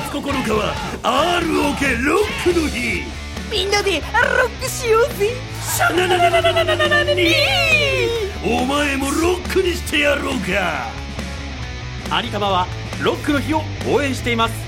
9日は ROK ロックの日。 みんなでロックしようぜ。 シャナナナナナナナナナナにお前もロックにしてやろうか。 アニタマはロックの日を応援しています。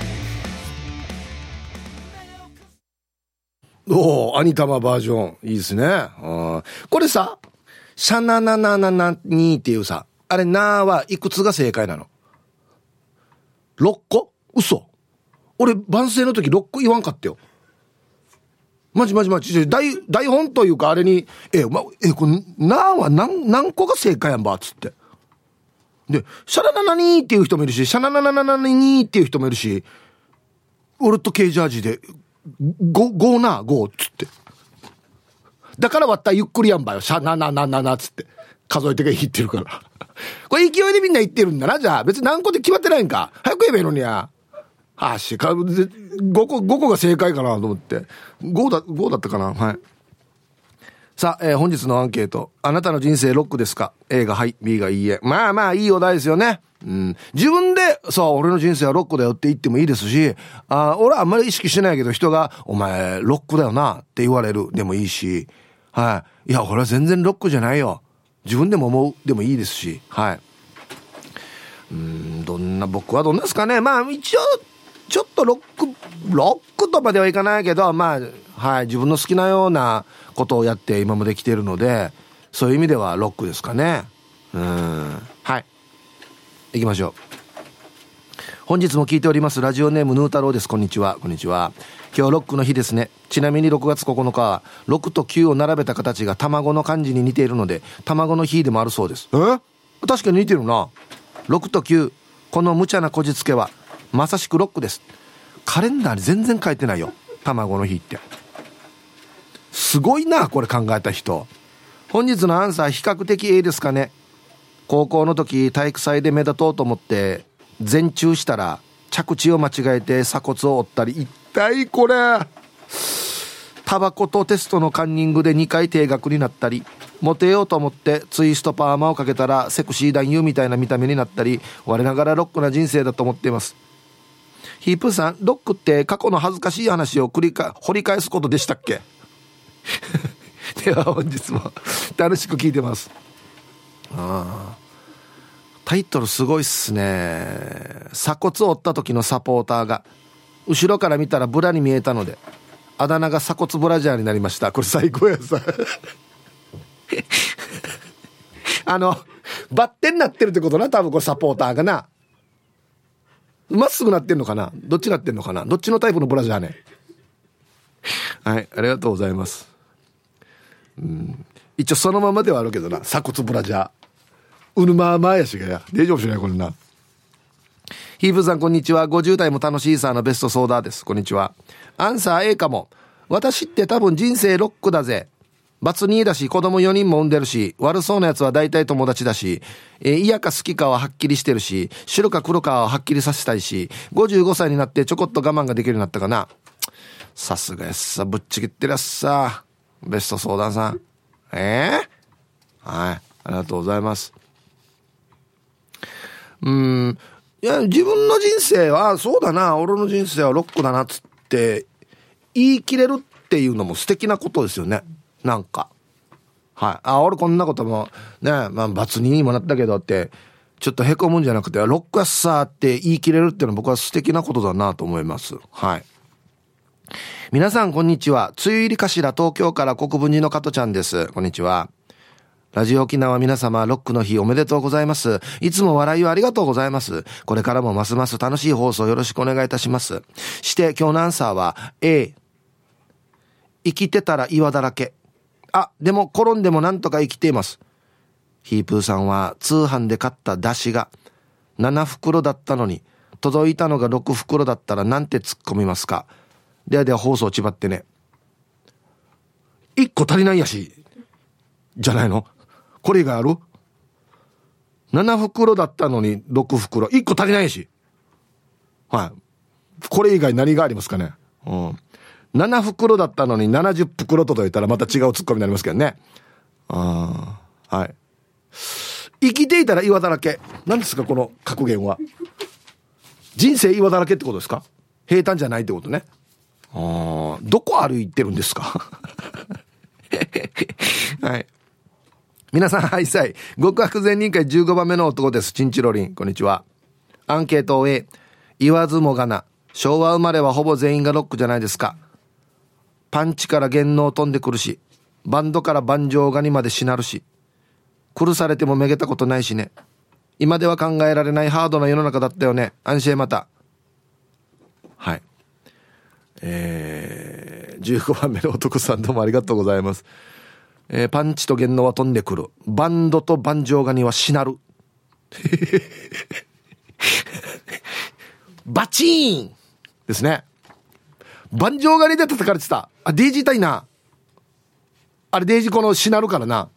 おー、アニタマバージョンいいですね。これさ、シャナナナナナにっていうさ、あれなーはいくつが正解なの？6個？嘘。俺番宣の時6個言わんかったよ。マジ台本というかあれにこれなーは何個が正解やんばっつって。でシャラナナニーっていう人もいるし、シャナナナナナニーっていう人もいるし、俺とケージャージで5な5っつって、だから割ったらゆっくりやんばよ、シャナナナナナっつって数えてが言ってるからこれ勢いでみんな言ってるんだな。じゃあ別に何個で決まってないんか、早く言えばいいのにや。5個が正解かなと思って、5だったかな。はい。さあ、本日のアンケート、あなたの人生ロックですか？ A がはい、 B がいいえ。まあいいお題ですよね。自分でそう俺の人生はロックだよって言ってもいいですし、俺はあんまり意識してないけど人がお前ロックだよなって言われるでもいいし、はい、いや俺は全然ロックじゃないよ自分でも思うでもいいですし、はい。僕はどんなですかね。まあ一応ちょっとロックとまではいかないけど、まあはい、自分の好きなようなことをやって今まで来ているので、そういう意味ではロックですかね。はい、行きましょう。本日も聞いておりますラジオネームヌー太郎です。こんにちは。こんにちは。今日ロックの日ですね。ちなみに6月9日は6と9を並べた形が卵の漢字に似ているので卵の日でもあるそうです。確かに似てるな。6と9、この無茶なこじつけはまさしくロックです。カレンダーに全然書いてないよ、卵の日って。すごいなこれ考えた人。本日のアンサー比較的 A ですかね。高校の時体育祭で目立とうと思って前中したら着地を間違えて鎖骨を折ったり、痛いこれ。タバコとテストのカンニングで2回停学になったり、モテようと思ってツイストパーマをかけたらセクシー男優みたいな見た目になったり、我ながらロックな人生だと思っています。ヒープーさん、ロックって過去の恥ずかしい話を掘り返すことでしたっけでは本日も楽しく聞いてます。タイトルすごいっすね。鎖骨を折った時のサポーターが後ろから見たらブラに見えたのであだ名が鎖骨ブラジャーになりました。これ最高やさバッテンになってるってことな、多分これサポーターがな。まっすぐなってんのかな、どっちなってんのかな、どっちのタイプのブラジャーね。はい、ありがとうございます。一応そのままではあるけどな、鎖骨ブラジャーうぬまーまーやしがや大丈夫しないこれな。ヒープさんこんにちは。50代も楽しいさのベストソーダです。こんにちは。アンサー A かも。私って多分人生ロックだぜ。バツ2だし子供4人も産んでるし、悪そうなやつは大体友達だし、嫌か好きかははっきりしてるし、白か黒かははっきりさせたいし、55歳になってちょこっと我慢ができるようになったかな。さすがやっさ、ぶっちぎってるやっさベスト相談さん。はい、ありがとうございます。いや自分の人生はそうだな、俺の人生はロックだなっつって言い切れるっていうのも素敵なことですよね。なんかはい、俺こんなこともね、バツ2にもなったけどってちょっとへこむんじゃなくてロックやっさって言い切れるっていうのは僕は素敵なことだなと思います。はい。皆さんこんにちは。梅雨入りかしら、東京から国分寺の加トちゃんです。こんにちは。ラジオ沖縄皆様ロックの日おめでとうございます。いつも笑いをありがとうございます。これからもますます楽しい放送よろしくお願いいたします。して今日のアンサーは A、 生きてたら岩だらけ。でも転んでもなんとか生きています。ヒープーさんは通販で買った出汁が7袋だったのに届いたのが6袋だったらなんて突っ込みますか。では放送ちばってね。1個足りないやしじゃないの、これ以外ある？7袋だったのに6袋、1個足りないし、はい、これ以外何がありますかね。7袋だったのに70袋届いたらまた違うツッコミになりますけどね。はい。生きていたら岩だらけ。何ですかこの格言は。人生岩だらけってことですか？ 平坦じゃないってことね。どこ歩いてるんですかはい。皆さん、はいさい。極悪善人会15番目の男です。チンチロリン。こんにちは。アンケートを言わずもがな。昭和生まれはほぼ全員がロックじゃないですか。パンチから弦能飛んでくるし、バンドからバンジョーガニまでしなるし、苦されてもめげたことないしね。今では考えられないハードな世の中だったよね。安心また。はい。15番目の男さんどうもありがとうございます。パンチと弦能は飛んでくる。バンドとバンジョーガニはしなる。バチーンですね。バンジョーガニで叩かれてた。デイジーたいな。あれデイジーこのしなるからな。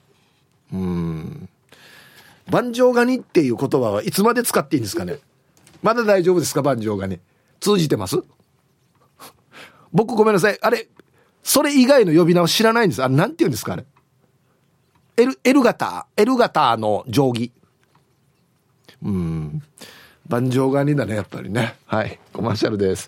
バンジョーガニっていう言葉はいつまで使っていいんですかね。まだ大丈夫ですか？バンジョーガニ通じてます？僕ごめんなさい。あれそれ以外の呼び名を知らないんです。あれなんて言うんですか？あれエルガターの定規。バンジョーガニだねやっぱりね。はい、コマーシャルです。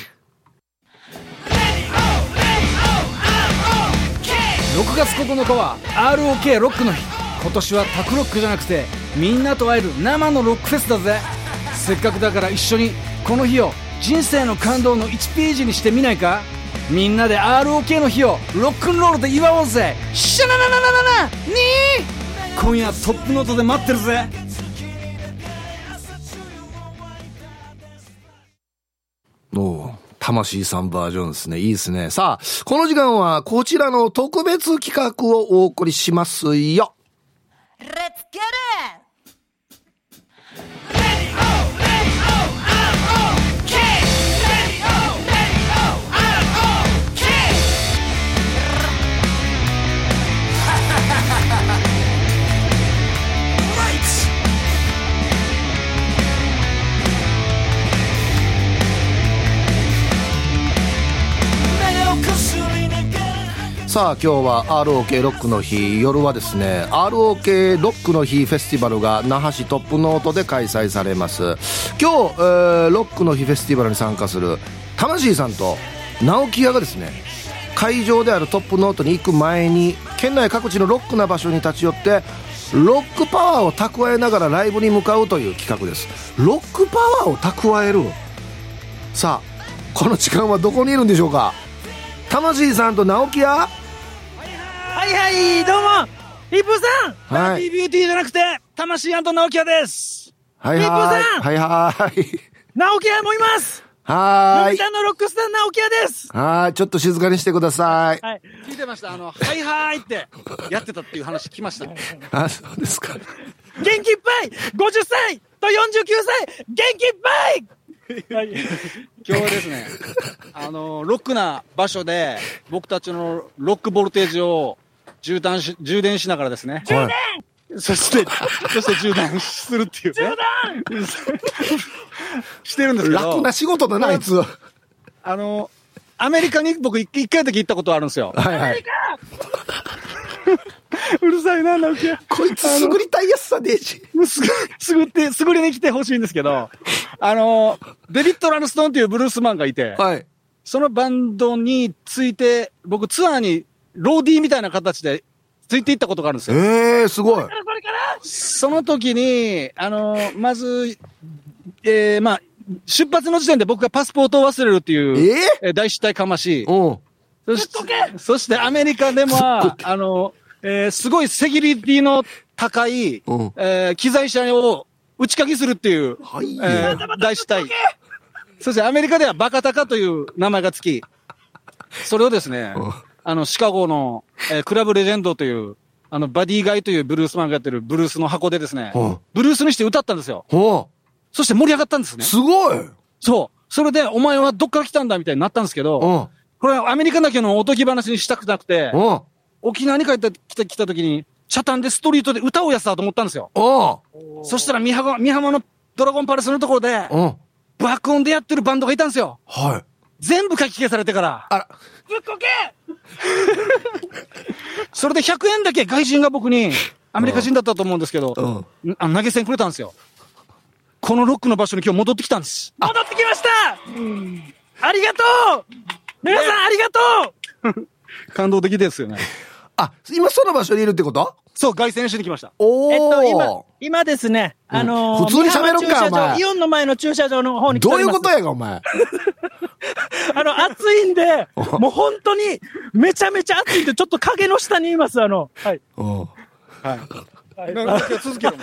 6月9日は ROK ロックの日。今年はタクロックじゃなくてみんなと会える生のロックフェスだぜ。せっかくだから一緒にこの日を人生の感動の1ページにしてみないか。みんなで ROK の日をロックンロールで祝おうぜ。シャナナナナナナにー。今夜トップノートで待ってるぜ。 魂さんバージョンですね。いいですね。さあこの時間はこちらの特別企画をお送りしますよ。 Let's get it! ROK さあ今日は ROK ロックの日、夜はですね ROK ロックの日フェスティバルが那覇市トップノートで開催されます。今日、ロックの日フェスティバルに参加する魂さんと直木屋がですね、会場であるトップノートに行く前に県内各地のロックな場所に立ち寄ってロックパワーを蓄えながらライブに向かうという企画です。ロックパワーを蓄える。さあこの時間はどこにいるんでしょうか。魂さんと直木屋。 はいはいどうもヒップさん、 はい、 バービービューティーじゃなくて魂&直木屋です。 はいはいはいはい直木屋もいます。 はい。 のび太のロックスター直木屋です。 はい、ちょっと静かにしてください。 はい、聞いてました。はいはいってやってたっていう話聞きました。 あ、そうですか。 元気いっぱい50歳と49歳元気いっぱいはい、今日はですねロックな場所で僕たちのロックボルテージを充電しながらですね、 はい、 そして充電するっていうねしてるんですけど、楽な仕事だなあいつ。 アメリカに僕一回だけ行ったことあるんですよ。 はいはい。 アメリカうるさいな、直樹。 こいつすぐりたいやつさ、デイジ。 すぐりに来てほしいんですけど、デビッド・ランストーンっていうブルースマンがいて、 はい、 そのバンドについて、僕ツアーにローディーみたいな形でついていったことがあるんですよ。 すごい。 その時に、まず、まあ、出発の時点で僕がパスポートを忘れるっていう、大失態かましい。そしてアメリカでも、すごいセキュリティの高い、機材車を打ち鍵するっていう、大失態。そしてアメリカではバカタカという名前がつき、それをですね、シカゴの、クラブレジェンドという、バディガイというブルースマンがやってるブルースの箱でですね、ブルースにして歌ったんですよ。そして盛り上がったんですね。 すごい。 そう。それで、お前はどっから来たんだみたいになったんですけど、これはアメリカだけのおとぎ話にしたくなくて、沖縄に帰ってきた時に、チャタンでストリートで歌をやったと思ったんですよ。そしたら美浜のドラゴンパレスのところで、爆音でやってるバンドがいたんですよ。はい。全部書き消されてから。あら。ぶっこけそれで100円だけ外人が僕に、アメリカ人だったと思うんですけど、投げ銭くれたんですよ。 このロックの場所に今日戻ってきたんです。 戻ってきました。ありがとう。皆さんありがとう。 感動的ですよね。 あ、今その場所にいるってこと？ そう、凱旋しに来ました。 今ですね、 普通に喋るか、お前。 イオンの前の駐車場の方に来ております。 どういうことやが、お前。 暑いんで、もう本当に、めちゃめちゃ暑いんで、ちょっと影の下にいます、はい。はい。 続けろ。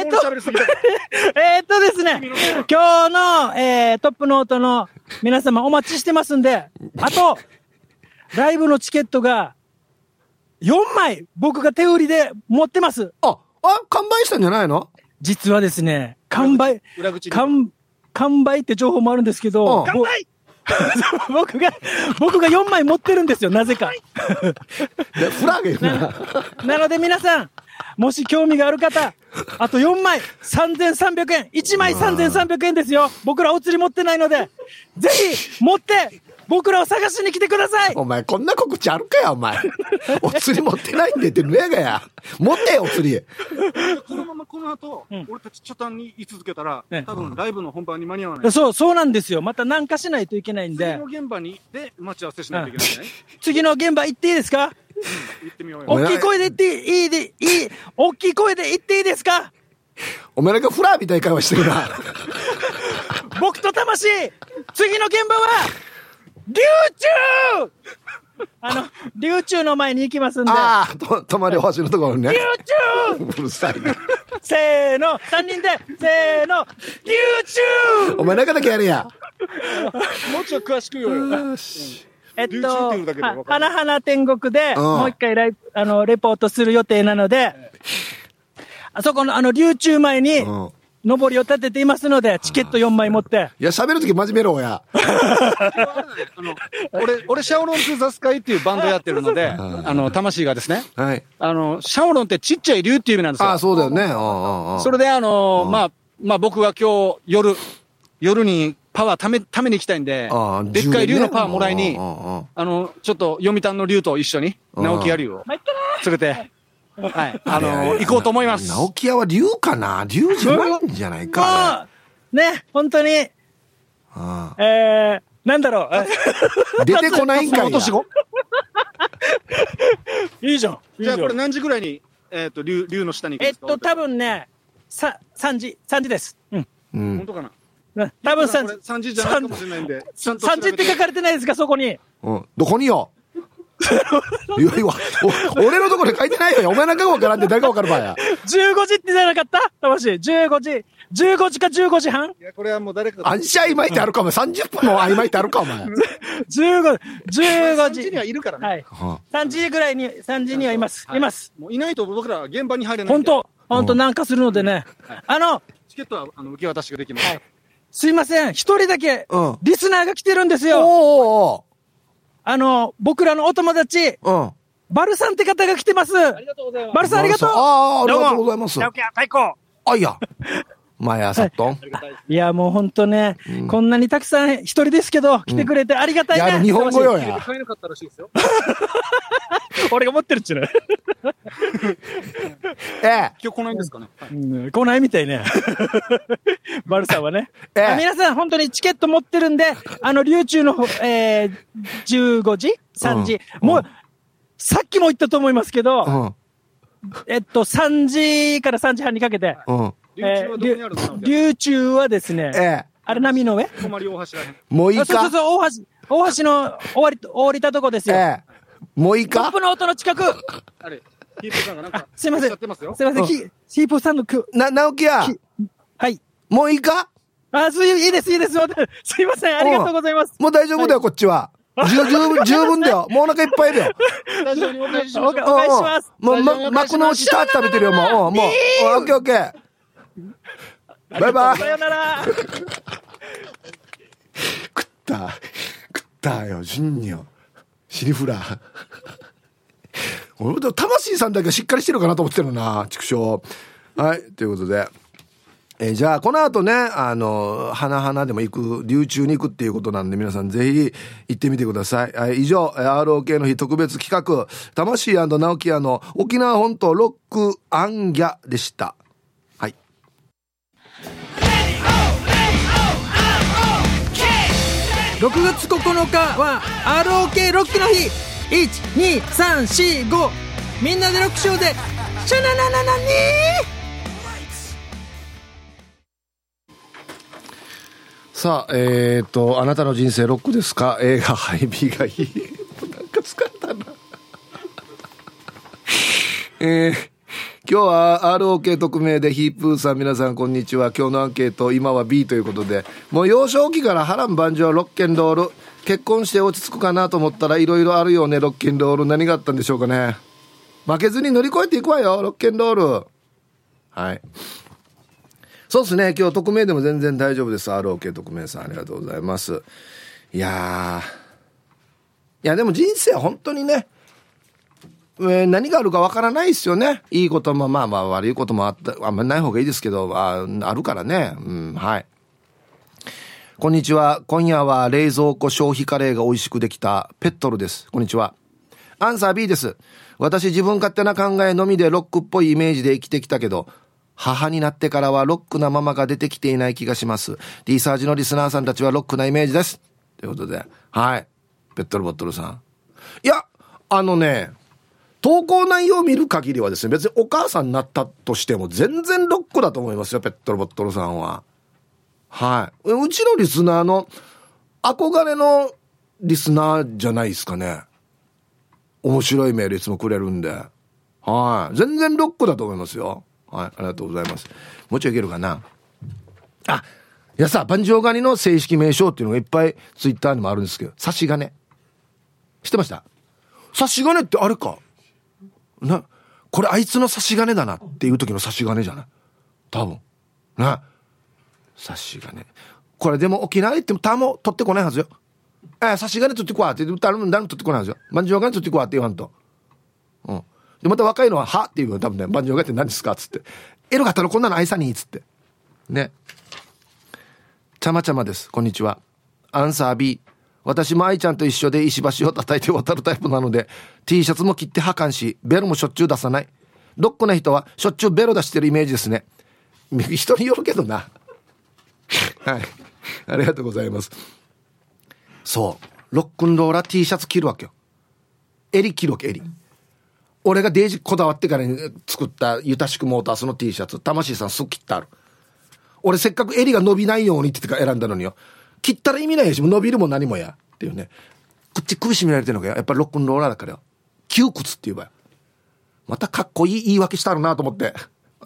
ですね、今日の、トップノートの皆様お待ちしてますんで、あと、ライブのチケットが、4枚、僕が手売りで持ってます。 完売したんじゃないの？ 実はですね、完売って情報もあるんですけど、完売僕が4枚持ってるんですよ、なぜか。 フラゲなので皆さん、もし興味がある方、あと4枚3300円、1枚3300円ですよ。僕らお釣り持ってないので、ぜひ持って、僕らを探しに来てください。 お前こんな告知あるかや、お前。お釣り持ってないんでってぬやがや。持ってよ、お釣り。 このままこの後、俺たちチャタンに居続けたら、多分ライブの本番に間に合わない。 そうなんですよ。また何かしないといけないんで。 次の現場にで待ち合わせしないといけないね。 次の現場行っていいですか？ 行ってみようよ。 大きい声で言っていい大きい声で言っていいですか？ お前なんかフラーみたいな会話してるな。 僕と魂、次の現場は、琉球琉球の前に行きますんで。 止まり橋のところね。 琉球うるさいな。 せーの、3人で、せーの、琉球お前中だけやれや。 もうちょっと詳しく言おうよ。 花々天国で、もう一回レポートする予定なので、あそこの琉球前に、上りを立てていますので、チケット4枚持って。 いや、喋るとき真面目ろや。 俺、シャオロン2ザスカイっていうバンドやってるので、魂がですね、 はい。 シャオロンってちっちゃい竜っていう意味なんですよ。 そうだよね。 それで、僕が今日夜にパワーために行きたいんで、でっかい竜のパワーもらいに、ちょっと読谷の竜と一緒に、直木屋竜を連れて、はい。行こうと思います。 直木屋は竜かな？竜じゃないんじゃないか。 ね、本当に。なんだろう。出てこないんかいや。 いいじゃん。 じゃあこれ何時ぐらいに、竜の下に行くんですか？ 多分ね、3時です。 本当かな？ 多分 3時じゃないかもしれないんで。 3時って書かれてないですか、そこに。 どこによ。俺のところで書いてないよ。お前なんかわからんって誰かわかるばや。 15時ってじゃなかった？魂。15時か15時半？ いや、これはもう誰かが。あんしゃいまいてあるか、お前。30分もあいまいてあるか、お前。 15時。 3時にはいるからね。 はい。3時にはいます。います。 もういないと僕ら現場に入れない。 本当なんかするのでね。 チケットは受け渡しができます。 すいません。一人だけ、リスナーが来てるんですよ。僕らのお友達、バルさんって方が来てます。ありがとうございます。バルさんありがとう。 ありがとうございます。 直木屋最高。 いや。毎朝と。 いや、もう本当ね、こんなにたくさん一人ですけど、来てくれてありがたいね。 日本語よや。 買えなかったらしいですよ。 俺が持ってるっちゅうね。 今日来ないんですかね。 来ないみたいね。バルさんはね。皆さん本当にチケット持ってるんで、琉球の、15時 ?3 時。もう、さっきも言ったと思いますけど、3時から3時半にかけて、琉球はですね、あれ波の上？ 泊まり大橋らへん。 もういいか？ そう、大橋の降りたとこですよ。 もういいか？ トップの音の近く。 あれ、ヒープさんがなんか、 すいません。すいません、ヒープさんの直木屋。 はい。 もういいか？ いいです。すいません、ありがとうございます。 もう大丈夫だよ、こっちは。十分だよ。もうお腹いっぱいだよ。 大丈夫にお返ししましょう。 お返しします。 もう、幕の内タッ食べてるよ、もう。オッケーオッケー。バイバイ。 さよなら。 食ったよ、ジンニョ。シリフラー。俺も魂さんだけしっかりしてるかなと思ってるな、畜生。はい、ということで。じゃあこの後ね花でも行く流中に行くっていうことなんで皆さんぜひ行ってみてください。はい、以上 ROK の日特別企画魂&直木屋の沖縄本島ロックアンギャでした。はい。 6月9日は ROK ロックの日。12345みんなでロックしようぜ。シャナナナナにさあ、あなたの人生ロックですか？映画ハイビーがいい。なんか疲れたな。今日は ROK 特命でヒープーさん、皆さんこんにちは。今日のアンケート、今は B ということで、もう幼少期から波乱万丈、ロッケンロール。結婚して落ち着くかなと思ったらいろいろあるよね、ロッケンロール。何があったんでしょうかね。負けずに乗り越えていくわよ、ロッケンロール。はい。そうですね、今日匿名でも全然大丈夫です。 ROK 匿名さん、ありがとうございます。いやでも人生は本当にね、何があるかわからないですよね。いいこともまあまあ悪いこともあんまりない方がいいですけど、あるからね。はい。こんにちは。今夜は冷蔵庫消費カレーが美味しくできたペットルです。こんにちは。アンサー B です。私自分勝手な考えのみでロックっぽいイメージで生きてきたけど、母になってからはロックなママが出てきていない気がします。リサージのリスナーさんたちはロックなイメージです。ということで、はい。ペットルボットルさん。いや、投稿内容を見る限りはですね、別にお母さんになったとしても全然ロックだと思いますよ、ペットルボットルさんは。はい。うちのリスナーの憧れのリスナーじゃないですかね。面白いメールいつもくれるんで。はい。全然ロックだと思いますよ。はい。ありがとうございます。もうちょいいけるかな。いやさ、万丈ガニの正式名称っていうのがいっぱいツイッターにもあるんですけど、差し金。知ってました？差し金ってあれか。これあいつの差し金だなっていう時の差し金じゃない？多分。ね。差し金。これでも沖縄行ってもタモ取ってこないはずよ。差し金取ってこわって言ったら誰も取ってこないはずよ。万丈ガニ取ってこわって言わんと。うん。で、また若いのははっていうの多分ね、万丈ガニって何ですかつって。エロがったらこんなの愛さにつって。ね。ちゃまちゃまです。こんにちは。アンサー B。私も愛ちゃんと一緒で石橋を叩いて渡るタイプなので T シャツも切って破壊しベロもしょっちゅう出さない。ロックな人はしょっちゅうベロ出してるイメージですね。人によるけどな。はい、ありがとうございます。そうロックンローラー T シャツ着るわけよ。襟着るわけ。襟俺がデージこだわってから作ったユタシクモータースの T シャツ魂さんすっ切ってある。俺せっかく襟が伸びないようにって言って選んだのによ、切ったら意味ないし、伸びるも何もやっていうね。こっち首絞められてるのがやっぱりロックンローラーだからよ。窮屈って言えばよ。またかっこいい言い訳してあるなと思って。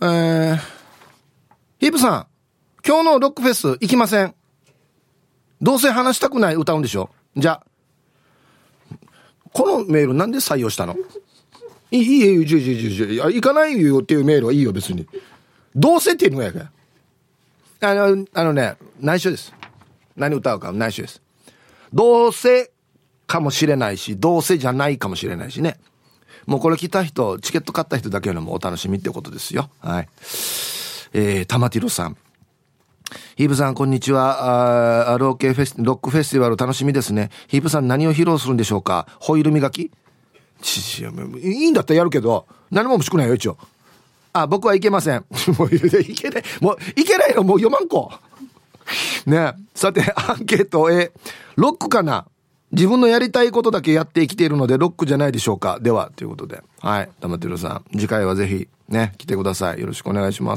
ヒープさん、今日のロックフェス行きません。どうせ話したくない歌うんでしょ。じゃあこのメールなんで採用したの？いい行かないよっていうメールはいいよ別に。どうせっていうのがやからね、内緒です。何歌うか内緒です。どうせかもしれないし、どうせじゃないかもしれないしね。もうこれ来た人、チケット買った人だけのもお楽しみってことですよ。はい。玉ティロさん。ヒープさんこんにちは。ROK ロックフェスティバル楽しみですね。ヒープさん何を披露するんでしょうか？ホイール磨き？いいんだったらやるけど、何も欲しくないよ一応。僕はいけません。もういけない。もういけないのもう読まんこ。ね。さてアンケート A、 ロックかな。自分のやりたいことだけやって生きているのでロックじゃないでしょうか。ではということで、はい、玉てるさん次回はぜひね来てください。よろしくお願いします。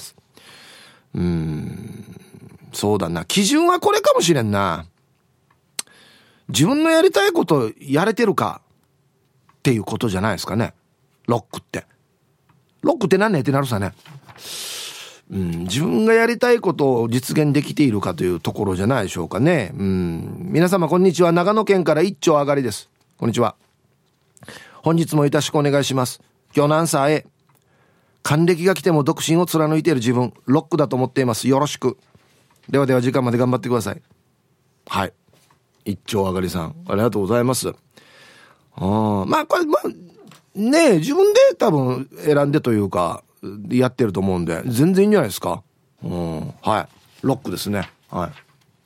そうだな、基準はこれかもしれんな。自分のやりたいことやれてるかっていうことじゃないですかね。ロックって何ねってなるさね。自分がやりたいことを実現できているかというところじゃないでしょうかね。皆様こんにちは。長野県から一丁上がりです。こんにちは。本日もよろしくお願いします。今日のアンサー A、 還暦が来ても独身を貫いている自分、ロックだと思っています。よろしく。ではでは時間まで頑張ってください。はい、一丁上がりさんありがとうございます。まあこれね、自分で多分選んでというかやってると思うんで全然いいんじゃないですか。はい、ロックですね。はい。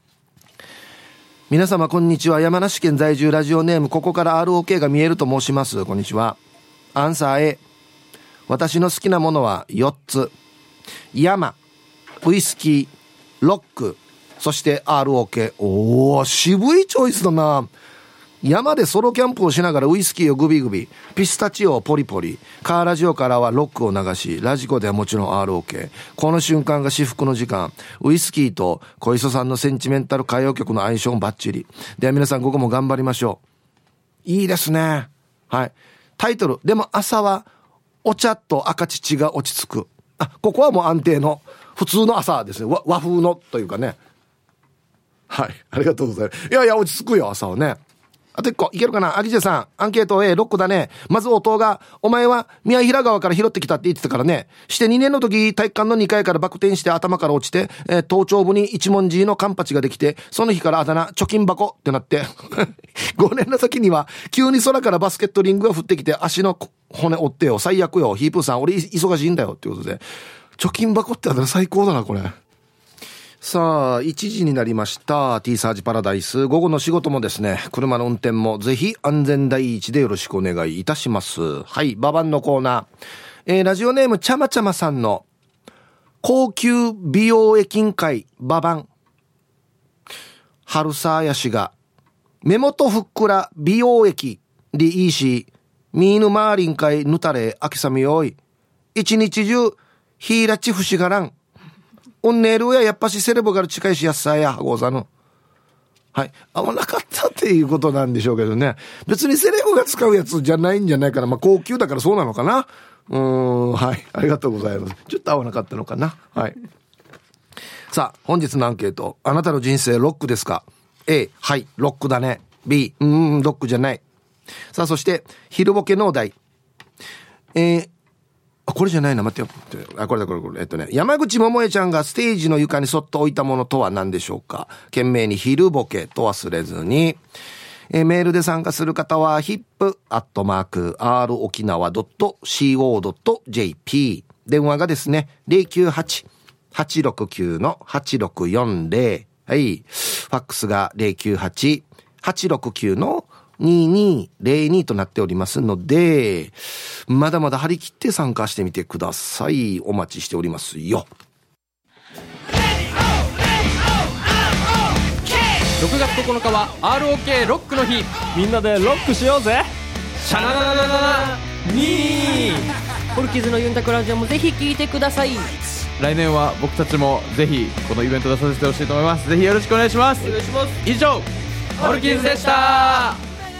皆様こんにちは。山梨県在住ラジオネームここから ROK が見えると申します。こんにちは。アンサー A、 私の好きなものは4つ。山、ウイスキー、ロック、 そして ROK。 おー、渋いチョイスだな。山でソロキャンプをしながらウイスキーをグビグビ、ピスタチオをポリポリ、カーラジオからはロックを流し、ラジコではもちろん ROK。 この瞬間が至福の時間。ウイスキーと小磯さんのセンチメンタル歌謡曲の相性もバッチリでは、皆さん午後も頑張りましょう。いいですね。はい。タイトル、でも朝はお茶と赤乳が落ち着く。ここはもう安定の普通の朝ですね。和風のというかね。はい、ありがとうございます。いやいや、落ち着くよ朝はね。あと一個いけるかな。アギジェさん、アンケート A ロックだね。まず音が、お前は宮平川から拾ってきたって言ってたからね。して2年の時、体育館の2階からバク転して頭から落ちて、頭頂部に一文字のカンパチができて、その日からあだ名貯金箱ってなって5年の先には急に空からバスケットリングが降ってきて、足の骨折ってよ、最悪よ、ヒープーさん俺忙しいんだよっていうことで、貯金箱ってあだ名最高だなこれ。さあ1時になりました。 T サージパラダイス、午後の仕事もですね、車の運転もぜひ安全第一でよろしくお願いいたします。はい、ババンのコーナー、ラジオネームちゃまちゃまさんの高級美容液品会ババン。春さやしが目元ふっくら美容液でいいし、ミーヌマーリン会ぬたれあきさみよい、一日中ヒーラチフシガランオンネールややっぱしセレブが近いしやっさやござぬ。はい、合わなかったっていうことなんでしょうけどね。別にセレブが使うやつじゃないんじゃないかな。まあ高級だからそうなのかな。はい、ありがとうございます。ちょっと合わなかったのかな。はい。さあ本日のアンケート、あなたの人生ロックですか。 A はい、ロックだね。 B ロックじゃない。さあそして昼ボケのお題、これじゃないな、待ってよ。これだ。山口百恵ちゃんがステージの床にそっと置いたものとは何でしょうか。懸命に昼ボケと忘れずに。メールで参加する方は hip@rokinawa.co.jp。電話がですね 098-869-8640。はい。ファックスが 098-869-2202となっておりますので、まだまだ張り切って参加してみてください。お待ちしておりますよ。 6月9日は ROK ロックの日。 みんなでロックしようぜ。 シャナナナナナナにホルキズのユンタクラジオもぜひ聞いてください。 来年は僕たちもぜひこのイベント出させてほしいと思います。ぜひよろしくお願いします。 お願いします。 以上ホルキーズでした。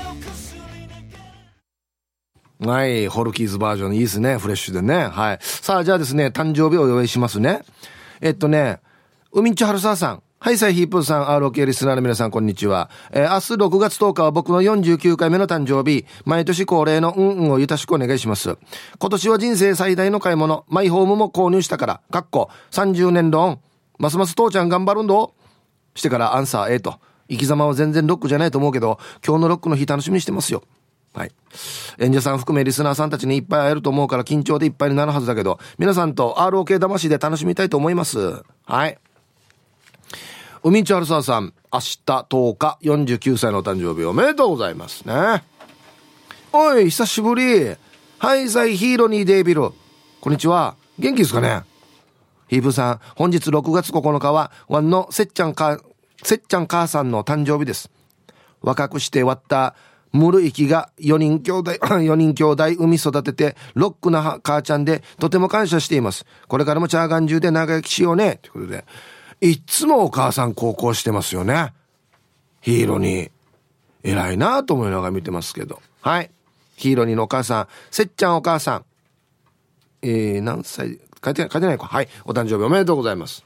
はい、ホルキーズバージョンいいですね、フレッシュでね。はい。さあじゃあですね、誕生日をお祝いしますね。ウミンチハルサーさん、はいさいヒープーさん、ROK リスナーの皆さんこんにちは。明日6月10日は僕の49回目の誕生日。毎年恒例のをよろしくお願いします。今年は人生最大の買い物、マイホームも購入したから30年ローン、ますます父ちゃん頑張るんどしてからアンサー A と。生き様は全然ロックじゃないと思うけど、今日のロックの日楽しみにしてますよ。はい。演者さん含めリスナーさんたちにいっぱい会えると思うから緊張でいっぱいになるはずだけど、皆さんと ROK 魂で楽しみたいと思います。はい。ウミンチャルサーさん、明日10日49歳の誕生日おめでとうございますね。おい久しぶり。はいさいヒーローにデービル、こんにちは。元気ですかね。ヒープさん、本日6月9日はワンのせっちゃん母さんの誕生日です。若くして割ったムルイキが4人兄弟産み育ててロックな母ちゃんでとても感謝しています。これからもチャーガン中で長生きしようねということで、いつもお母さん孝行してますよね。ヒーローに偉いなと思いながら見てますけど。はい、ヒーローにのお母さん、せっちゃんお母さん、何歳書いてないか。はい、お誕生日おめでとうございます。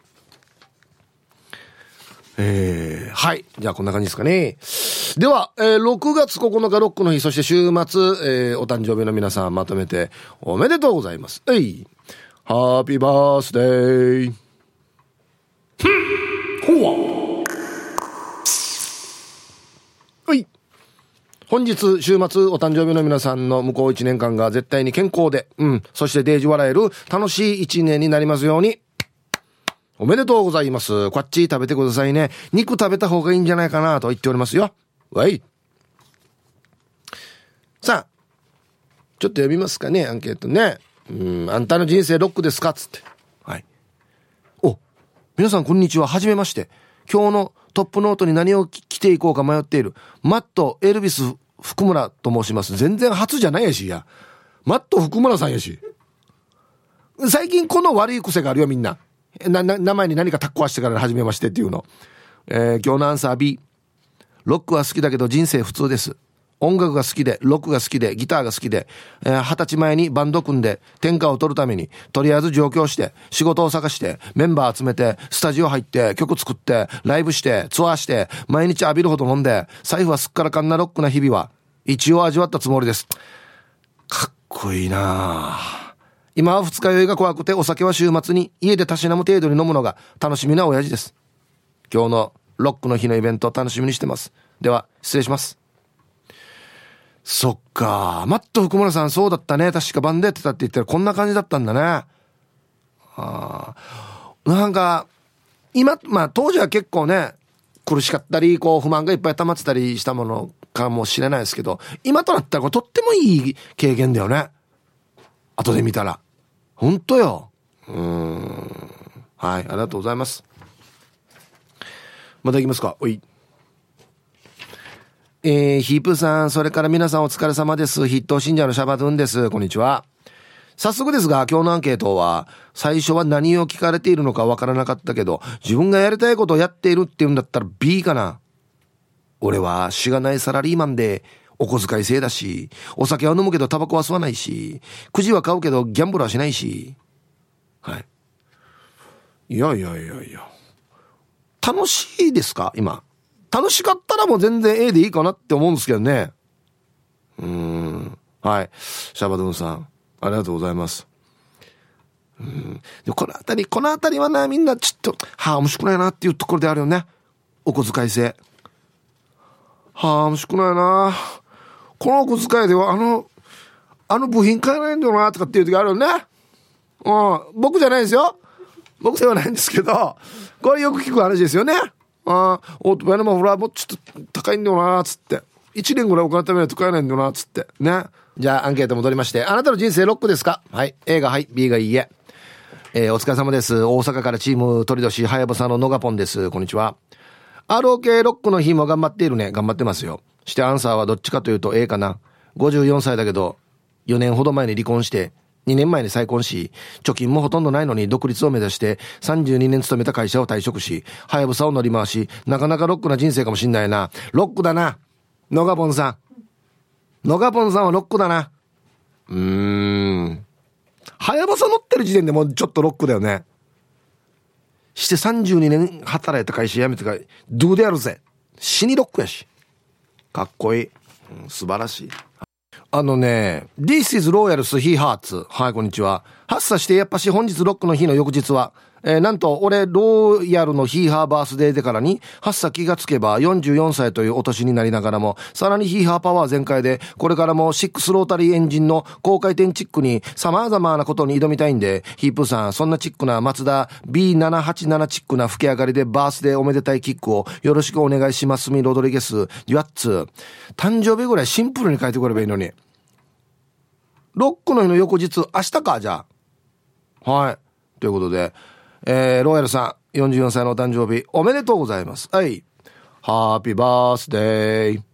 はい。じゃあこんな感じですかね。では、6月9日ロックの日、そして週末、お誕生日の皆さんまとめておめでとうございます。ハッピーバースデー。はい。本日週末お誕生日の皆さんの向こう1年間が絶対に健康で、そしてデージ笑える楽しい1年になりますように。おめでとうございます。こっち食べてくださいね。肉食べた方がいいんじゃないかなと言っておりますよ。わい。さあ、ちょっと読みますかね、アンケートね。あんたの人生ロックですかつって。はい。皆さんこんにちは。はじめまして。 今日のトップノートに何を着ていこうか迷っている。マットエルビス福村と申します。全然初じゃないやしや。マット福村さんやし。最近この悪い癖があるよみんな。名前に何かタッコはしてから始めましてっていうの。今日のアンサー B。ロックは好きだけど人生普通です。音楽が好きで、ロックが好きで、ギターが好きで、20歳前にバンド組んで天下を取るためにとりあえず上京して仕事を探してメンバー集めてスタジオ入って曲作ってライブしてツアーして毎日浴びるほど飲んで財布はすっからかんなロックな日々は一応味わったつもりです。かっこいいなあ。今は二日酔いが怖くてお酒は週末に家でたしなむ程度に飲むのが楽しみな親父です。今日のロックの日のイベントを楽しみにしてます。では失礼します。そっか、マット福村さんそうだったね。確かバンドやってたって言ったらこんな感じだったんだね。なんか今、まあ当時は結構ね苦しかったりこう不満がいっぱい溜まってたりしたものかもしれないですけど、今となったらこれとってもいい経験だよね。後で見たら本当よ。はい、ありがとうございます。また行きますか。おい。ヒープさん、それから皆さんお疲れ様です。筆頭信者のシャバドゥンです。こんにちは。早速ですが、今日のアンケートは、最初は何を聞かれているのかわからなかったけど、自分がやりたいことをやっているっていうんだったら B かな。俺はしがないサラリーマンで、お小遣い制だし、お酒は飲むけどタバコは吸わないし、くじは買うけどギャンブルはしないし。はい。いや。楽しいですか今。楽しかったらもう全然 A でいいかなって思うんですけどね。はい。シャバドゥンさん、ありがとうございます。でこのあたりはな、みんなちょっと、面白くないなっていうところであるよね。お小遣い制。面白くないな。このお小遣いではあの部品買えないんだよなとかっていう時あるよね。僕じゃないですよ。僕ではないんですけど、これよく聞く話ですよね。オートバイのマフラーもちょっと高いんだよなーつって、1年ぐらいお金貯めないと買えないんだよなーつってね。じゃあアンケート戻りまして、あなたの人生ロックですか。はい、A がはい、 B がいいえ。お疲れ様です。大阪からチーム鳥年はやぶさののがぽんです。こんにちは。 ROK ロックの日も頑張っているね。頑張ってますよ。してアンサーはどっちかというと A かな。54歳だけど4年ほど前に離婚して2年前に再婚し、貯金もほとんどないのに独立を目指して32年勤めた会社を退職し、はやぶさを乗り回し、なかなかロックな人生かもしんないな。ロックだな。のがぽんさんはロックだな。はやぶさ乗ってる時点でもうちょっとロックだよね。して32年働いた会社辞めてからどうでやるぜ。死にロックやし、かっこいい。素晴らしい。This is Royals He Hearts。はい、こんにちは。発作してやっぱし本日ロックの日の翌日は、なんと俺ロイヤルのヒーハーバースデーでからに発作気がつけば44歳というお年になりながらも、さらにヒーハーパワー全開で、これからも6ロータリーエンジンの高回転チックに様々なことに挑みたいんで、ヒープーさん、そんなチックなマツダ B787 チックな吹き上がりでバースデーおめでたいキックをよろしくお願いします。ロドリゲスデュアッツ。誕生日ぐらいシンプルに書いてくればいいのに。ロックの日の翌日、明日か。じゃあはい、ということで、ローヤルさん44歳のお誕生日おめでとうございます。はい、ハッピーバースデー。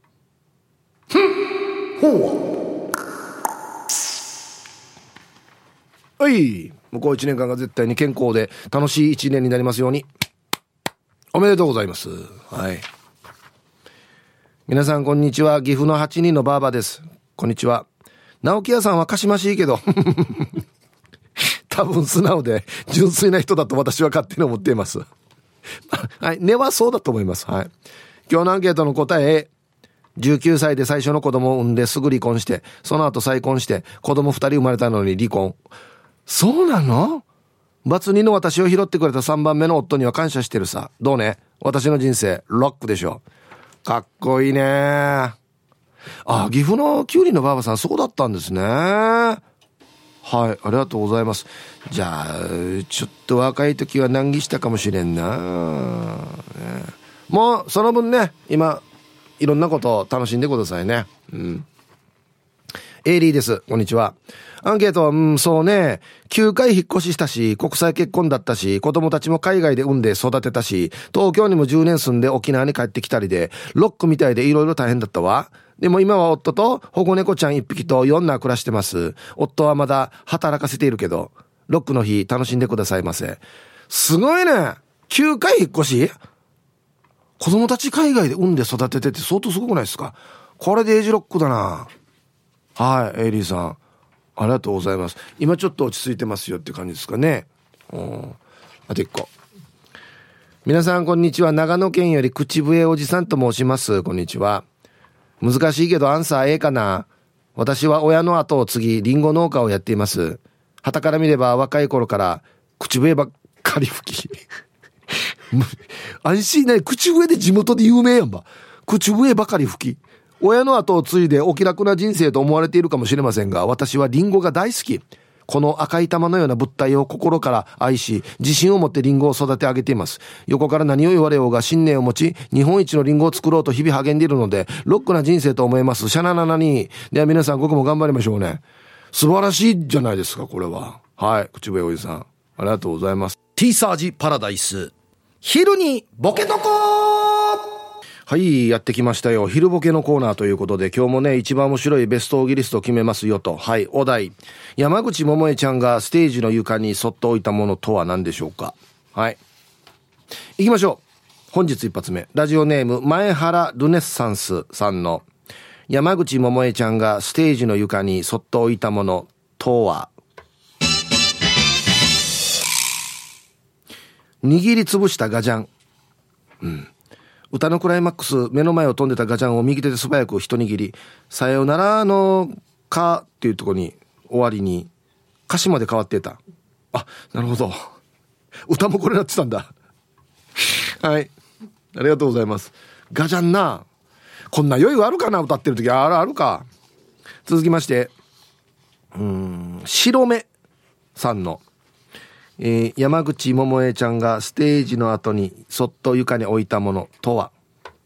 はい、向こう1年間が絶対に健康で楽しい1年になりますように。おめでとうございます。はい、皆さんこんにちは。岐阜の8人のバーバです。こんにちは。直木屋さんはかしましいけど多分素直で純粋な人だと私は勝手に思っていますはい、根はそうだと思います。はい、今日のアンケートの答え、19歳で最初の子供を産んですぐ離婚して、その後再婚して子供2人生まれたのに離婚。そうなの？バツ2の私を拾ってくれた3番目の夫には感謝してるさ。どうね、私の人生ロックでしょ。かっこいいね。岐阜のキュウリのばあばさんそうだったんですね。はい、ありがとうございます。じゃあちょっと若い時は難儀したかもしれんな、もうその分ね、今いろんなことを楽しんでくださいね。 エイリーです。こんにちは。アンケートは、そうね。9回引っ越ししたし、国際結婚だったし、子供たちも海外で産んで育てたし、東京にも10年住んで沖縄に帰ってきたりで、ロックみたいでいろいろ大変だったわ。でも今は夫と保護猫ちゃん1匹と4男暮らしてます。夫はまだ働かせているけど、ロックの日楽しんでくださいませ。すごいね。9回引っ越し？子供たち海外で産んで育ててって相当すごくないですか？これでエイジロックだな。はい、エイリーさん。ありがとうございます。今ちょっと落ち着いてますよって感じですかね。あと1個。皆さんこんにちは。長野県より口笛おじさんと申します。こんにちは。難しいけどアンサー A かな。私は親の後を継ぎリンゴ農家をやっています。傍から見れば若い頃から口笛ばっかり吹き安心ない。口笛で地元で有名やんば。口笛ばかり吹き。親の後を継いでお気楽な人生と思われているかもしれませんが、私はリンゴが大好き。この赤い玉のような物体を心から愛し、自信を持ってリンゴを育て上げています。横から何を言われようが信念を持ち、日本一のリンゴを作ろうと日々励んでいるので、ロックな人生と思います。シャナナナに。では皆さん、僕も頑張りましょうね。素晴らしいじゃないですか、これは。はい、口笛おじさん。ありがとうございます。 T サージパラダイス。昼にボケとこはい、やってきましたよ。昼ボケのコーナーということで、今日もね、一番面白いベストオギリストを決めますよと。はい、お題。山口百恵ちゃんがステージの床にそっと置いたものとは何でしょうか。はい。行きましょう。本日一発目。ラジオネーム、前原ルネッサンスさんの、山口百恵ちゃんがステージの床にそっと置いたものとは、握りつぶしたガジャン。歌のクライマックス、目の前を飛んでたガチャンを右手で素早く一握り、さよならのかっていうところに終わりに歌詞まで変わってた。あ、なるほど。歌もこれなってたんだ。はい、ありがとうございます。ガチャンな、こんな余裕あるかな、歌ってる時。あるか。続きまして、白目さんの、山口百恵ちゃんがステージの後にそっと床に置いたものとは、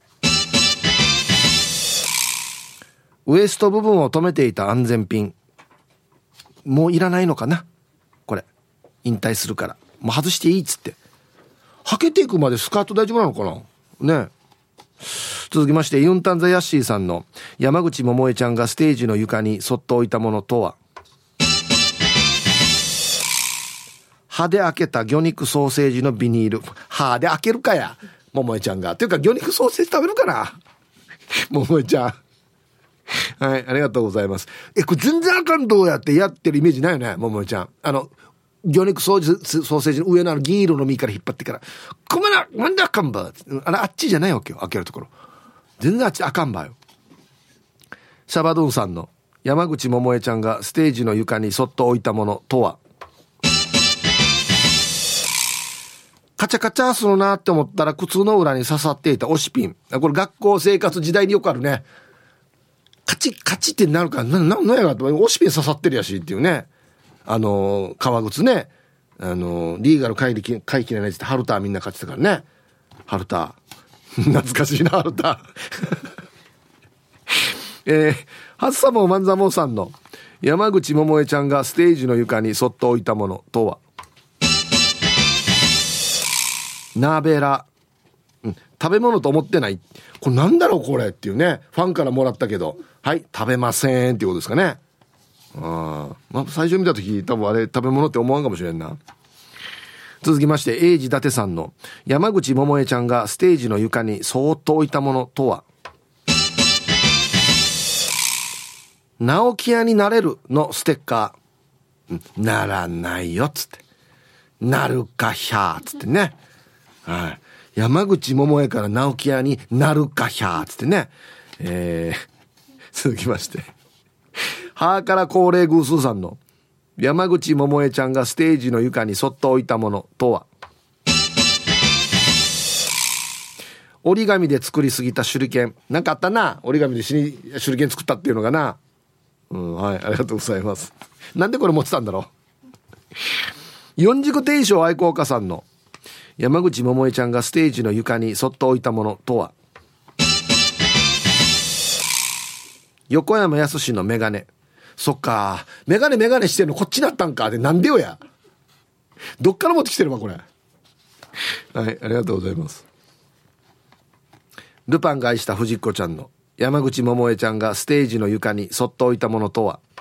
ウエスト部分を留めていた安全ピン。もういらないのかな、これ引退するからもう外していいっつって。はけていくまでスカート大丈夫なのかなね。続きまして、ユンタンザヤッシーさんの山口百恵ちゃんがステージの床にそっと置いたものとは、歯で開けた魚肉ソーセージのビニール。歯で開けるかや、桃江ちゃんが。っていうか魚肉ソーセージ食べるかな、桃江ちゃん。はい、ありがとうございます。これ全然あかんどうやってやってるイメージないよね、桃江ちゃん。魚肉ソーセージの上の銀色の身から引っ張ってから、こめな、なんであかんば。あっちじゃないわけよ、開けるところ。全然あっちあかんばよ。シャバドゥンさんの山口百恵ちゃんがステージの床にそっと置いたものとは、カチャカチャするなって思ったら靴の裏に刺さっていた押しピン。これ学校生活時代によくあるね。カチカチってなるから、なんやがって押しピン刺さってるやしっていうね。革靴ね。リーガル回帰のやつってハルターみんな買ってたからね。ハルター。懐かしいな、ハルター。ハッサモーマンザモーさんの山口百恵ちゃんがステージの床にそっと置いたものとは、ナーベラ、食べ物と思ってない。これなんだろうこれっていうね。ファンからもらったけど、はい、食べませんっていうことですかね。最初見た時多分あれ食べ物って思わんかもしれんな。続きまして、エイジ伊達さんの山口百恵ちゃんがステージの床にそーっと置いたものとは、直木屋になれるのステッカー。ならないよっつって、なるかひゃーっつってね。はい、山口百恵から直木屋になるかひゃーっつってね。続きまして、ハーから高齢偶数さんの山口百恵ちゃんがステージの床にそっと置いたものとは、折り紙で作りすぎた手裏剣。なんかあったな、折り紙で手裏剣作ったっていうのがな。はい、ありがとうございます。なんでこれ持ってたんだろう。四軸定称愛好家さんの山口百恵ちゃんがステージの床にそっと置いたものとは、横山やすしのメガネ。 そっか、メガネしてるのこっちだったんかって、なんでよや。どっから持ってきてるわこれ。はい、ありがとうございます。ルパンが愛した藤子ちゃんの山口百恵ちゃんがステージの床にそっと置いたものとは。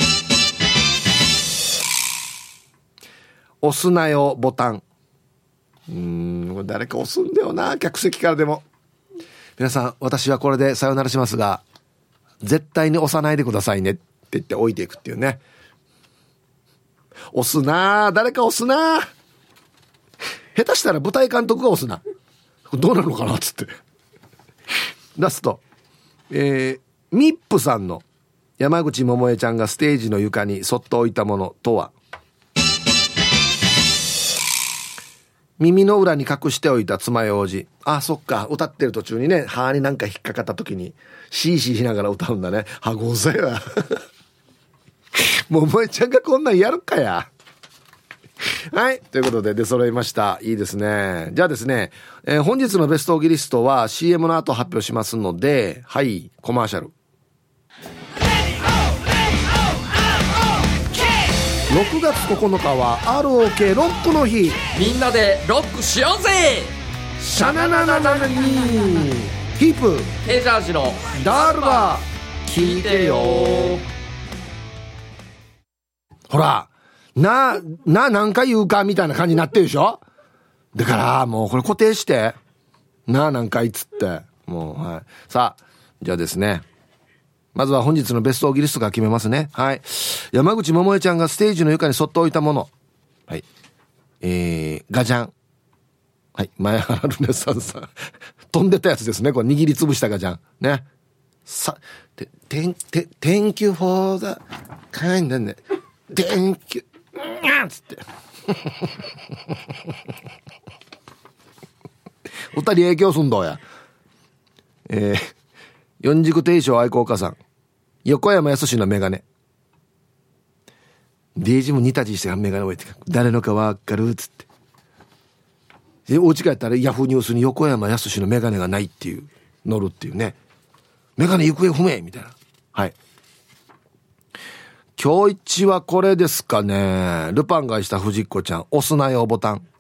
押すなよボタン。誰か押すんだよな、客席からでも。皆さん、私はこれでさよならしますが、絶対に押さないでくださいねって言って置いていくっていうね。押すな、誰か押すな。下手したら舞台監督が押すな。どうなるのかなっつって出すと、ミップさんの山口百恵ちゃんがステージの床にそっと置いたものとは。耳の裏に隠しておいた爪楊枝。あ、そっか、歌ってる途中にね、歯になんか引っかかった時にシーシーしながら歌うんだね。歯ございは桃江ちゃんがこんなんやるかや。はい、ということで出揃いました。いいですね。じゃあですね、本日のベストオギリストは CM の後発表しますので、はい、コマーシャル。6月9日は ROK ロックの日。 みんなでロックしようぜ。 シャナナナナナにヒープヘジャージのダールバー聞いてよ。 ほら何回言うかみたいな感じになってるでしょ。だからもうこれ固定して何回っつってもう、はい。さあじゃあですね、まずは本日のベストオギリストが決めますね。はい。山口百恵ちゃんがステージの床にそっと置いたもの。はい。ガジャン。はい。前原ルネサンさん。飛んでたやつですね。これ握りつぶしたガジャン。ね。Thank you for the kind ね。Thank you。つって。お二人影響すんどや。四軸定称愛好家さん。横山やすしのメガネ。デージも似た字してメガネ置いてか誰のかわかるっつって。でお家帰ったらヤフーニュースに横山やすしのメガネがないっていう載るっていうね。メガネ行方不明みたいな。はい。今日一はこれですかね。ルパンが愛した藤子ちゃん、押すなよボタン。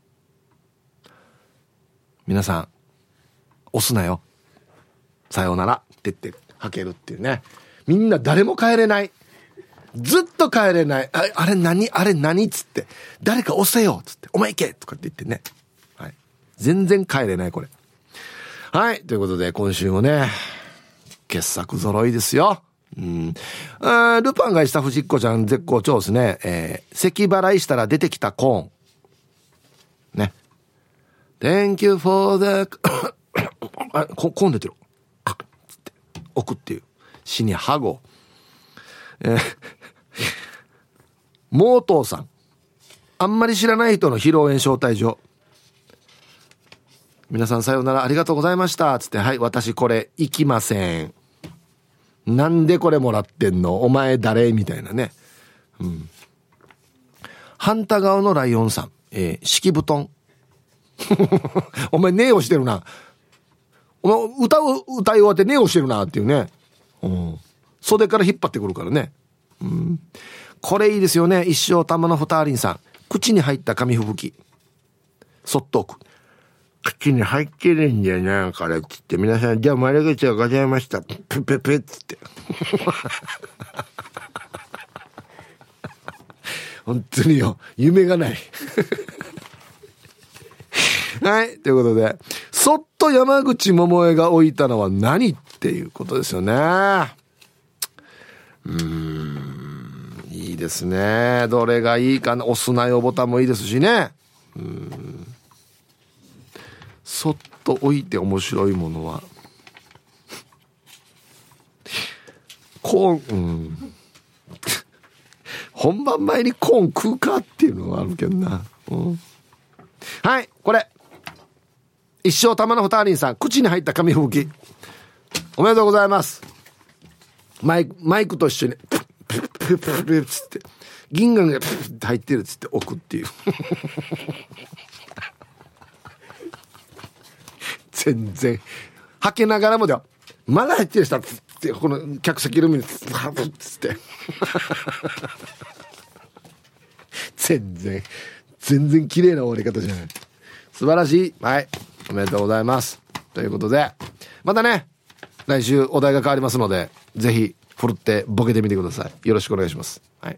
皆さん押すなよ、さようならって言ってはけるっていうね。みんな誰も帰れない、ずっと帰れない。あれ何っつって、誰か押せよっつって、お前行けとかって言ってね、はい、全然帰れないこれ。はい、ということで今週もね傑作揃いですよ。ルパンがした藤子ちゃん絶好調ですね。咳払いしたら出てきたコーンね。 Thank you for the コーン出てるつって置くっていう死にハゴ。モートーさん、あんまり知らない人の披露宴招待状。皆さんさようならありがとうございましたつって、はい、私これ行きません。なんでこれもらってんのお前誰みたいなね。反対側のライオンさん、敷布団お前ネオしてるな、お前歌い終わってネオしてるなっていうね、袖から引っ張ってくるからね。これいいですよね。一生玉のふたりんさん、口に入った紙吹雪そっと置く。口に入ってるんじゃなこれっつって、皆さんじゃあ丸口がございましたペペペっつって本当によ、夢がないはい、ということでそっと山口百恵が置いたのは何っていうことですよね。いいですね。どれがいいかな。押すなよボタンもいいですしね。そっと置いて面白いものはコーン、本番前にコーン食うかっていうのはあるけどな。はい、これ一生玉のふたりんさん、口に入った紙吹きおめでとうございます。マイクと一緒にプップッつって銀河がプッって入ってるっつって置くっていう全然吐けながらもではまだ入ってる人はプッってこの客席ルームにハブッつって全然綺麗な終わり方じゃない。素晴らしい。はい、おめでとうございます。ということでまたね来週お題が変わりますのでぜひふるってボケてみてください。よろしくお願いします。はい。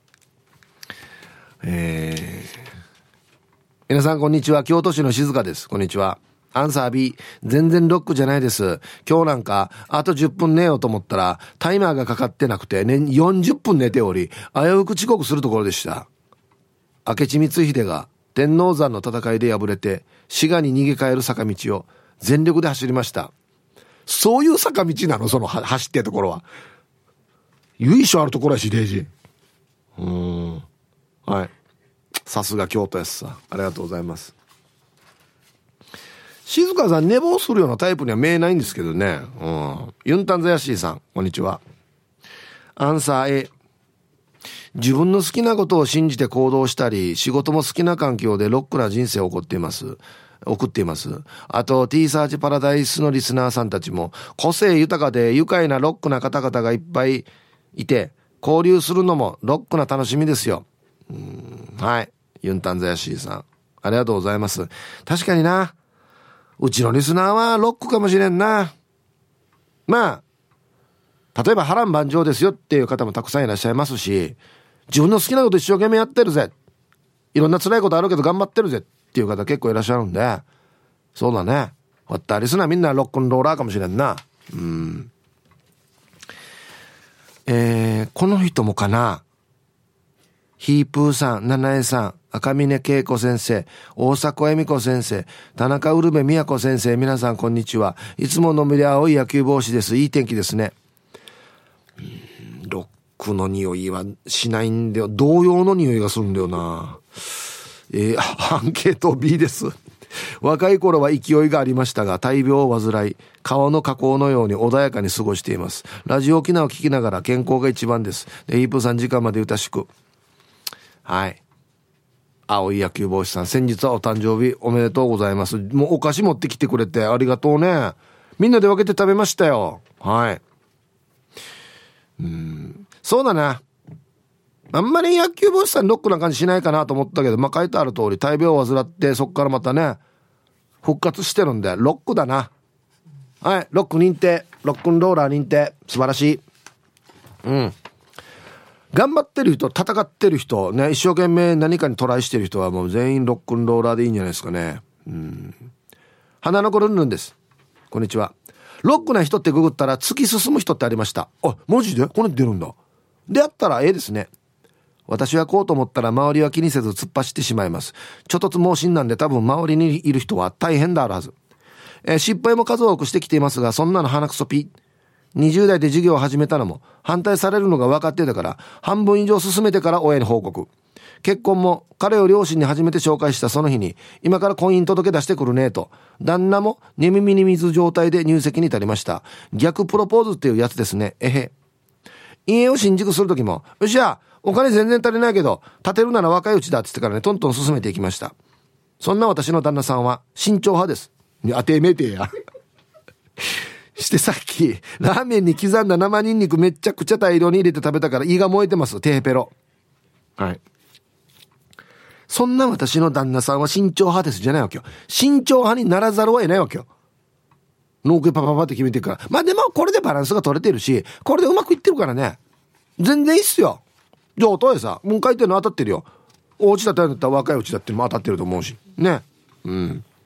皆さんこんにちは。京都市の静香です。こんにちは。アンサー B、 全然ロックじゃないです。今日なんかあと10分寝ようと思ったらタイマーがかかってなくて、ね、40分寝ており危うく遅刻するところでした。明智光秀が天王山の戦いで敗れて滋賀に逃げ帰る坂道を全力で走りました。そういう坂道なの、その走ってるところは。由緒あるところやし、デイジー。はい。さすが京都やすさ。ありがとうございます。静香さん、寝坊するようなタイプには見えないんですけどね。ユンタンザヤシーさん、こんにちは。アンサー A。自分の好きなことを信じて行動したり、仕事も好きな環境でロックな人生を送っています。あと T サーチパラダイスのリスナーさんたちも個性豊かで愉快なロックな方々がいっぱいいて、交流するのもロックな楽しみですよ。はい、ユンタンザヤシーさんありがとうございます。確かにな、うちのリスナーはロックかもしれんな。まあ例えば波乱万丈ですよっていう方もたくさんいらっしゃいますし、自分の好きなこと一生懸命やってるぜ、いろんな辛いことあるけど頑張ってるぜっていう方結構いらっしゃるんで、そうだね、わったリスナーみんなロックンローラーかもしれんな。この人もかな。ヒープーさん、七重さん、赤嶺恵子先生、大迫恵美子先生、田中ウルベ宮子先生、皆さんこんにちは。いつものんびり青い野球帽子です。いい天気ですね。ロックの匂いはしないんだよ。同様の匂いがするんだよな。アンケート B です。若い頃は勢いがありましたが大病を患い、川の河口のように穏やかに過ごしています。ラジオ沖縄を聞きながら健康が一番です。でヒープさん時間まで歌しく。はい、青い野球帽子さん、先日はお誕生日おめでとうございます。もうお菓子持ってきてくれてありがとうね。みんなで分けて食べましたよ。はい。そうだな、あんまり野球帽子さんロックな感じしないかなと思ったけど、まあ書いてある通り大病を患ってそっからまたね復活してるんでロックだな。はい、ロック認定、ロックンローラー認定、素晴らしい。頑張ってる人、戦ってる人ね、一生懸命何かにトライしてる人はもう全員ロックンローラーでいいんじゃないですかね。花の子ルンルンです。こんにちは。ロックな人ってググったら突き進む人ってありました。あ、マジでこれ出るんだ。であったらですね。私はこうと思ったら周りは気にせず突っ走ってしまいます。ちょっとつ盲信なんで多分周りにいる人は大変であるはず。失敗も数多くしてきていますが、そんなの鼻くそピ。20代で授業を始めたのも反対されるのが分かってたから半分以上進めてから親に報告。結婚も彼を両親に初めて紹介したその日に今から婚姻届出してくるねと、旦那も寝耳に水状態で入籍に至りました。逆プロポーズっていうやつですね。家を新築する時もよっしゃお金全然足りないけど建てるなら若いうちだって言ってからねトントン進めていきました。そんな私の旦那さんは慎重派です。当てめてやしてさっきラーメンに刻んだ生ニンニクめっちゃくちゃ大量に入れて食べたから胃が燃えてます。テヘペロ。はい。そんな私の旦那さんは慎重派ですじゃないわけよ。慎重派にならざるを得ないわけよ。農家パパパって決めてるから。まあでもこれでバランスが取れてるし、これでうまくいってるからね。全然いいっすよ。上等でさ、もう書いてるの当たってるよ。お家建てるんだったら若いうちだっても当たってると思うしね。